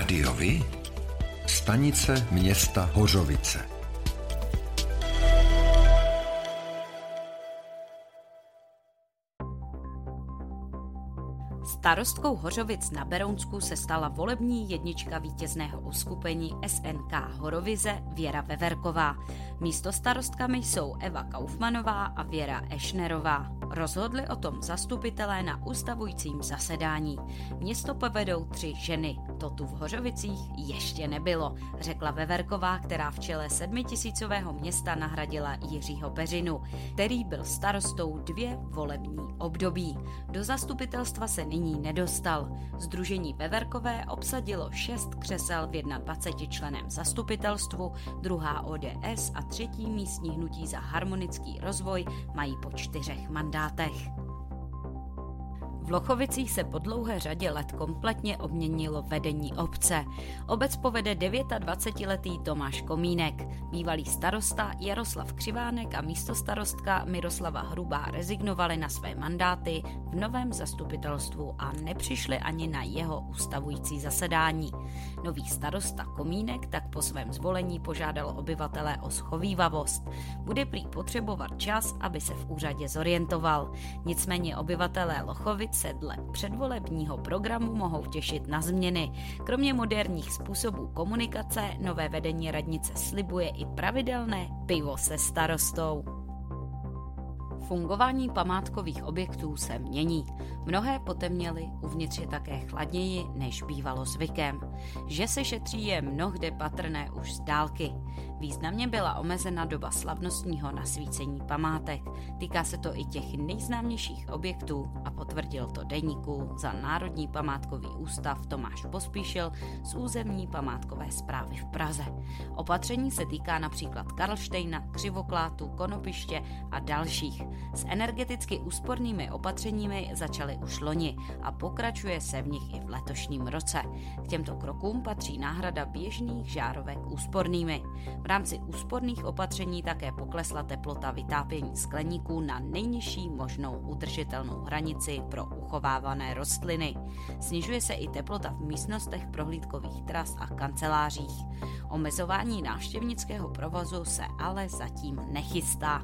rádiovi? Stanice města Hořovice. Starostkou Hořovic na Berounsku se stala volební jednička vítězného uskupení SNK Horovize Věra Veverková. Místostarostkami jsou Eva Kaufmanová a Věra Ešnerová. Rozhodli o tom zastupitelé na ustavujícím zasedání. Město povedou 3 ženy. To tu v Hořovicích ještě nebylo, řekla Veverková, která v čele 7tisícového města nahradila Jiřího Peřinu, který byl starostou 2 volební období. Do zastupitelstva se nyní nedostal. Sdružení Veverkové obsadilo 6 křesel v 21členném zastupitelstvu, druhá ODS a 3. místní hnutí za harmonický rozvoj mají po 4 mandátech. V Lochovicích se po dlouhé řadě let kompletně obměnilo vedení obce. Obec povede 29letý Tomáš Komínek. Bývalý starosta Jaroslav Křivánek a místostarostka Miroslava Hrubá rezignovali na své mandáty v novém zastupitelstvu a nepřišli ani na jeho ustavující zasedání. Nový starosta Komínek tak po svém zvolení požádal obyvatele o schovívavost. Bude prý potřebovat čas, aby se v úřadě zorientoval. Nicméně obyvatelé Lochovic se dle předvolebního programu mohou těšit na změny. Kromě moderních způsobů komunikace nové vedení radnice slibuje i pravidelné pivo se starostou. Fungování památkových objektů se mění. Mnohé potemněly, uvnitř je také chladněji, než bývalo zvykem. Že se šetří, je mnohde patrné už z dálky. Významně byla omezena doba slavnostního nasvícení památek. Týká se to i těch nejznámějších objektů a potvrdil to deníku za Národní památkový ústav Tomáš Pospíšil z územní památkové správy v Praze. Opatření se týká například Karlštejna, Křivoklátu, Konopiště a dalších. S energeticky úspornými opatřeními začaly už loni a pokračuje se v nich i v letošním roce. K těmto krokům patří náhrada běžných žárovek úspornými. V rámci úsporných opatření také poklesla teplota vytápění skleníků na nejnižší možnou udržitelnou hranici pro uchovávané rostliny. Snižuje se i teplota v místnostech prohlídkových tras a kancelářích. Omezování návštěvnického provozu se ale zatím nechystá.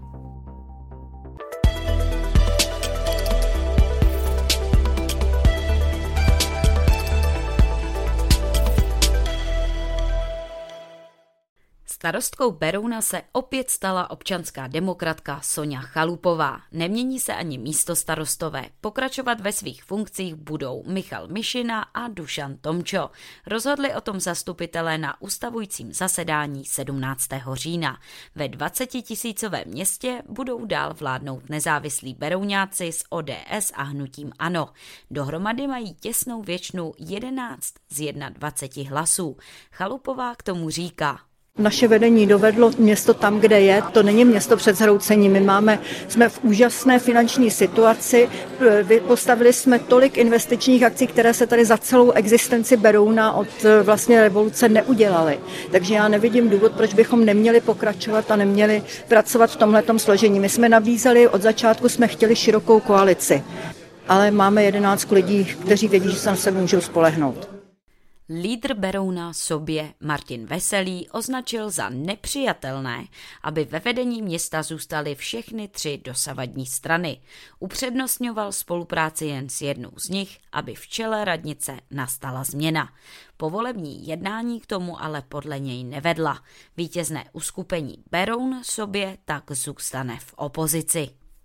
Starostkou Berouna se opět stala občanská demokratka Soňa Chalupová. Nemění se ani místostarostové. Pokračovat ve svých funkcích budou Michal Mišina a Dušan Tomčo. Rozhodli o tom zastupitelé na ustavujícím zasedání 17. října. Ve 20tisícovém městě budou dál vládnout nezávislí berouňáci s ODS a hnutím ANO. Dohromady mají těsnou většinu 11 z 21 hlasů. Chalupová k tomu říká: Naše vedení dovedlo město tam, kde je. To není město před zhroucením. Jsme v úžasné finanční situaci. Postavili jsme tolik investičních akcí, které se tady za celou existenci Berouna od vlastně revoluce neudělaly. Takže já nevidím důvod, proč bychom neměli pokračovat a neměli pracovat v tomhletom složení. My jsme nabízeli, od začátku jsme chtěli širokou koalici, ale máme 11 lidí, kteří vědí, že se na sebe můžou spolehnout. Lídr Berouna sobě Martin Veselý označil za nepřijatelné, aby ve vedení města zůstaly všechny 3 dosavadní strany. Upřednostňoval spolupráci jen s jednou z nich, aby v čele radnice nastala změna. Povolební jednání k tomu ale podle něj nevedla. Vítězné uskupení Beroun sobě tak zůstane v opozici.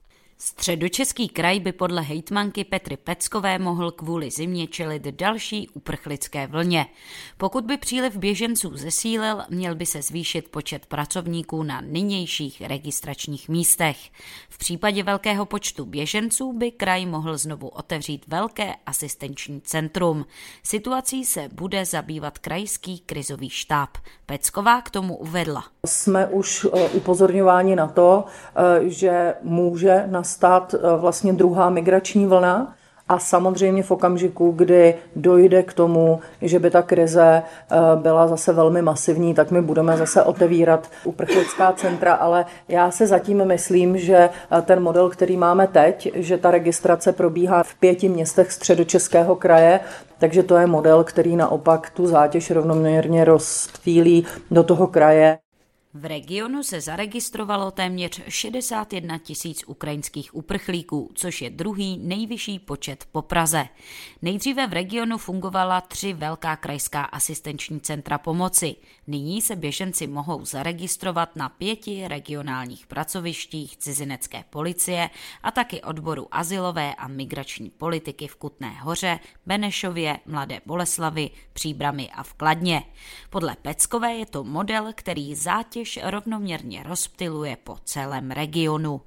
Středočeský kraj by podle hejtmanky Petry Peckové mohl kvůli zimě čelit další uprchlické vlně. Pokud by příliv běženců zesílil, měl by se zvýšit počet pracovníků na nynějších registračních místech. V případě velkého počtu běženců by kraj mohl znovu otevřít velké asistenční centrum. Situací se bude zabývat krajský krizový štáb. Pecková k tomu uvedla: Jsme už upozorňováni na to, že může nastat vlastně druhá migrační vlna A samozřejmě v okamžiku, kdy dojde k tomu, že by ta krize byla zase velmi masivní, tak my budeme zase otevírat uprchlická centra, ale já se zatím myslím, že ten model, který máme teď, že ta registrace probíhá v 5 městech Středočeského kraje, takže to je model, který naopak tu zátěž rovnoměrně rozptýlí do toho kraje. V regionu se zaregistrovalo téměř 61 000 ukrajinských uprchlíků, což je druhý nejvyšší počet po Praze. Nejdříve v regionu fungovala 3 velká krajská asistenční centra pomoci. Nyní se běženci mohou zaregistrovat na 5 regionálních pracovištích cizinecké policie a taky odboru azylové a migrační politiky v Kutné Hoře, Benešově, Mladé Boleslavi, Příbrami a v Kladně. Podle Peckové je to model, který zátěž rovnoměrně rozptyluje po celém regionu.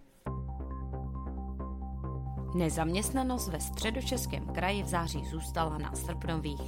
Nezaměstnanost ve Středočeském kraji v září zůstala na srpnových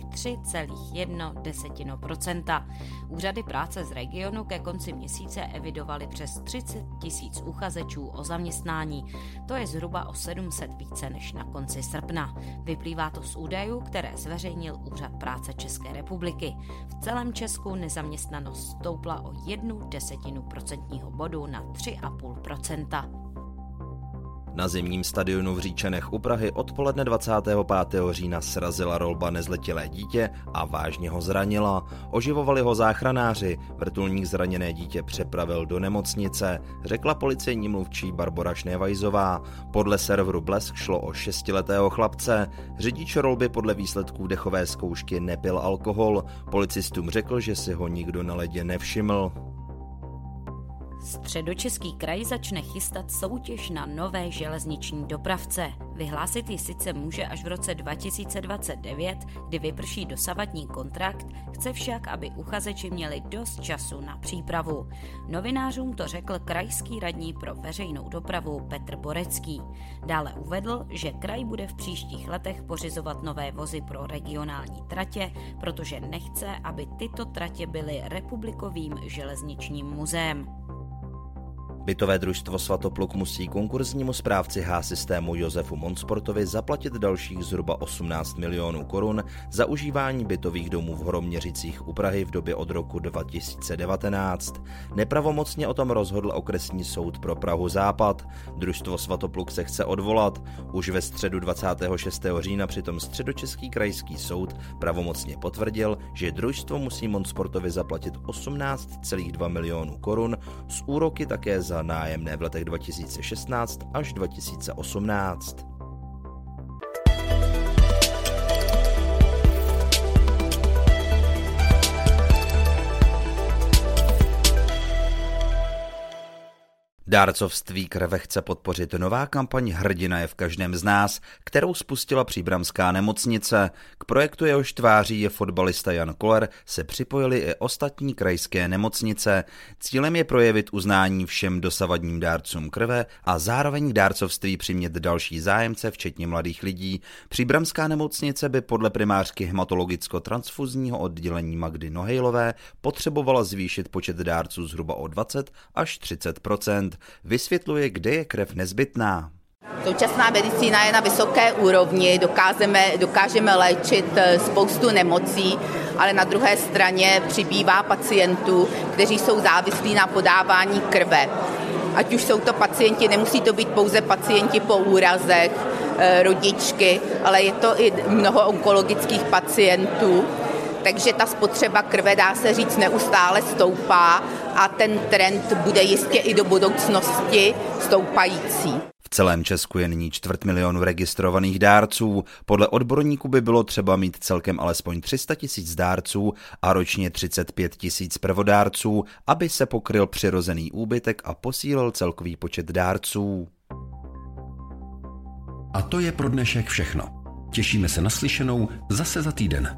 3,1%. Úřady práce z regionu ke konci měsíce evidovaly přes 30 000 uchazečů o zaměstnání. To je zhruba o 700 více než na konci srpna. Vyplývá to z údajů, které zveřejnil Úřad práce České republiky. V celém Česku nezaměstnanost stoupla o 0,1 procentního bodu na 3,5%. Na zimním stadionu v Říčanech u Prahy odpoledne 25. října srazila rolba nezletilé dítě a vážně ho zranila. Oživovali ho záchranáři, vrtulník zraněné dítě přepravil do nemocnice, řekla policejní mluvčí Barbora Šnévajzová. Podle serveru Blesk šlo o 6letého chlapce. Řidič rolby podle výsledků dechové zkoušky nepil alkohol. Policistům řekl, že si ho nikdo na ledě nevšiml. Středočeský kraj začne chystat soutěž na nové železniční dopravce. Vyhlásit ji sice může až v roce 2029, kdy vyprší dosavadní kontrakt, chce však, aby uchazeči měli dost času na přípravu. Novinářům to řekl krajský radní pro veřejnou dopravu Petr Borecký. Dále uvedl, že kraj bude v příštích letech pořizovat nové vozy pro regionální tratě, protože nechce, aby tyto tratě byly republikovým železničním muzeem. Bytové družstvo Svatopluk musí konkurznímu správci H-systému Josefu Monsportovi zaplatit dalších zhruba 18 milionů korun za užívání bytových domů v Horoměřicích u Prahy v době od roku 2019. Nepravomocně o tom rozhodl okresní soud pro Prahu Západ. Družstvo Svatopluk se chce odvolat. Už ve středu 26. října přitom Středočeský krajský soud pravomocně potvrdil, že družstvo musí Monsportovi zaplatit 18,2 milionů korun, s úroky také za nájemné v letech 2016 až 2018. Dárcovství krve chce podpořit nová kampaň Hrdina je v každém z nás, kterou spustila příbramská nemocnice. K projektu jehož tváří je fotbalista Jan Koller se připojili i ostatní krajské nemocnice. Cílem je projevit uznání všem dosavadním dárcům krve a zároveň k dárcovství přimět další zájemce, včetně mladých lidí. Příbramská nemocnice by podle primářky hematologicko-transfuzního oddělení Magdy Nohejlové potřebovala zvýšit počet dárců zhruba o 20 až 30%. Vysvětluje, kde je krev nezbytná. Současná medicína je na vysoké úrovni, dokážeme léčit spoustu nemocí, ale na druhé straně přibývá pacientů, kteří jsou závislí na podávání krve. Ať už jsou to pacienti, nemusí to být pouze pacienti po úrazech, rodičky, ale je to i mnoho onkologických pacientů. Takže ta spotřeba krve, dá se říct, neustále stoupá a ten trend bude jistě i do budoucnosti stoupající. V celém Česku je nyní 250 000 registrovaných dárců. Podle odborníků by bylo třeba mít celkem alespoň 300 000 dárců a ročně 35 000 prvodárců, aby se pokryl přirozený úbytek a posílil celkový počet dárců. A to je pro dnešek všechno. Těšíme se na slyšenou zase za týden.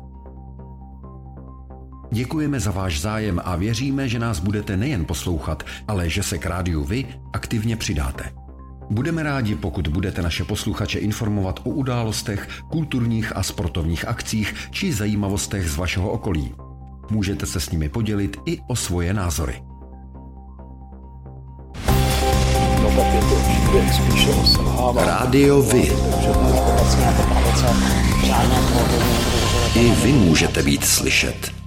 Děkujeme za váš zájem a věříme, že nás budete nejen poslouchat, ale že se k rádiu vy aktivně přidáte. Budeme rádi, pokud budete naše posluchače informovat o událostech, kulturních a sportovních akcích či zajímavostech z vašeho okolí. Můžete se s nimi podělit i o svoje názory. No tak je to. spíše selhává. Rádio Vy. I vy můžete být slyšet.